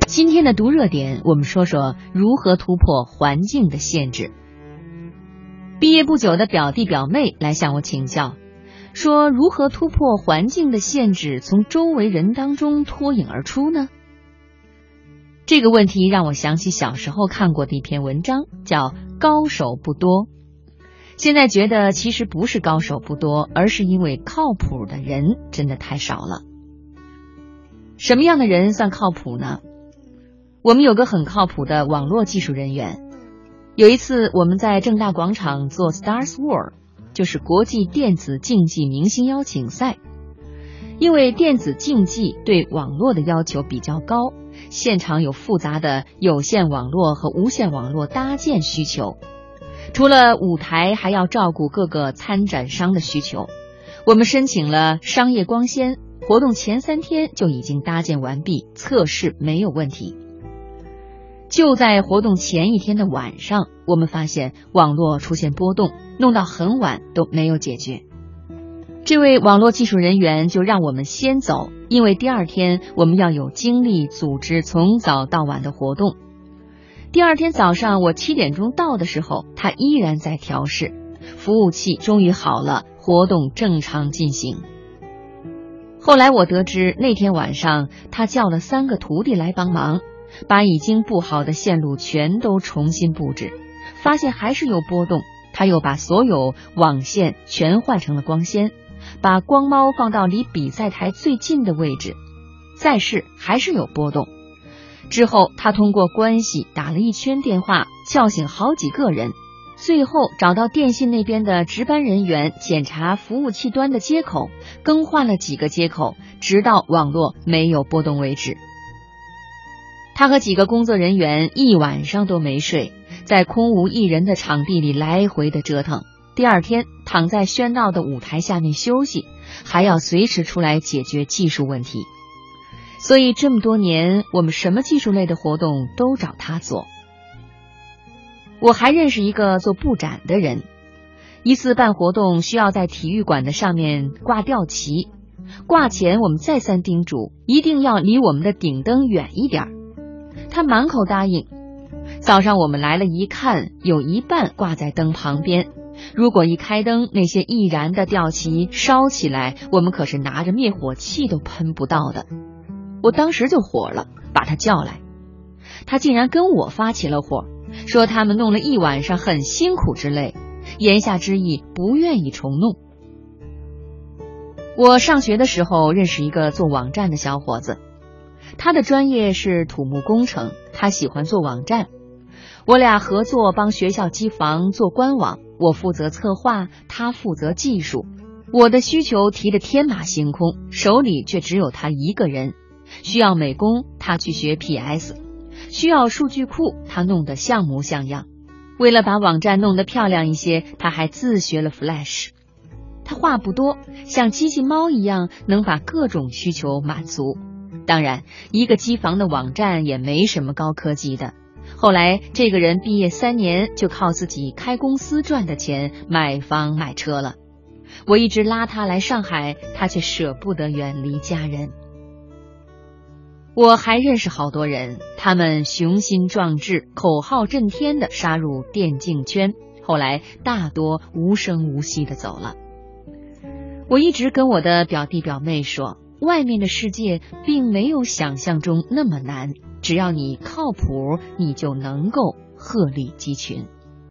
今天的读热点，我们说说如何突破环境的限制。毕业不久的表弟表妹来向我请教，说如何突破环境的限制，从周围人当中脱颖而出呢？这个问题让我想起小时候看过的一篇文章，叫《高手不多》。现在觉得其实不是高手不多，而是因为靠谱的人真的太少了。什么样的人算靠谱呢？我们有个很靠谱的网络技术人员。有一次我们在正大广场做 Stars War， 就是国际电子竞技明星邀请赛。因为电子竞技对网络的要求比较高，现场有复杂的有线网络和无线网络搭建需求。除了舞台，还要照顾各个参展商的需求。我们申请了商业光纤，活动前3天就已经搭建完毕，测试没有问题。就在活动前一天的晚上，我们发现网络出现波动，弄到很晚都没有解决。这位网络技术人员就让我们先走，因为第二天我们要有精力组织从早到晚的活动。第二天早上我7点钟到的时候，他依然在调试，服务器终于好了，活动正常进行。后来我得知，那天晚上他叫了3个徒弟来帮忙，把已经布好的线路全都重新布置，发现还是有波动，他又把所有网线全换成了光纤，把光猫放到离比赛台最近的位置，再试还是有波动。之后他通过关系打了1圈电话，叫醒好几个人，最后找到电信那边的值班人员，检查服务器端的接口，更换了几个接口，直到网络没有波动为止。他和几个工作人员一晚上都没睡，在空无一人的场地里来回的折腾。第二天躺在喧闹的舞台下面休息，还要随时出来解决技术问题。所以这么多年，我们什么技术类的活动都找他做。我还认识一个做布展的人，一次办活动需要在体育馆的上面挂吊旗，挂前我们再三叮嘱，一定要离我们的顶灯远一点。他满口答应。早上我们来了一看，有一半挂在灯旁边，如果一开灯，那些易燃的吊旗烧起来，我们可是拿着灭火器都喷不到的。我当时就火了，把他叫来。他竟然跟我发起了火，说他们弄了一晚上很辛苦之类，言下之意不愿意重弄。我上学的时候认识一个做网站的小伙子，他的专业是土木工程，他喜欢做网站。我俩合作帮学校机房做官网，我负责策划，他负责技术。我的需求提得天马行空，手里却只有他一个人。需要美工，他去学 PS， 需要数据库，他弄得像模像样。为了把网站弄得漂亮一些，他还自学了 Flash。 他话不多，像机器猫一样能把各种需求满足。当然，一个机房的网站也没什么高科技的。后来这个人毕业3年，就靠自己开公司赚的钱买房买车了。我一直拉他来上海，他却舍不得远离家人。我还认识好多人，他们雄心壮志，口号震天地杀入电竞圈，后来大多无声无息地走了。我一直跟我的表弟表妹说，外面的世界并没有想象中那么难，只要你靠谱，你就能够鹤立鸡群。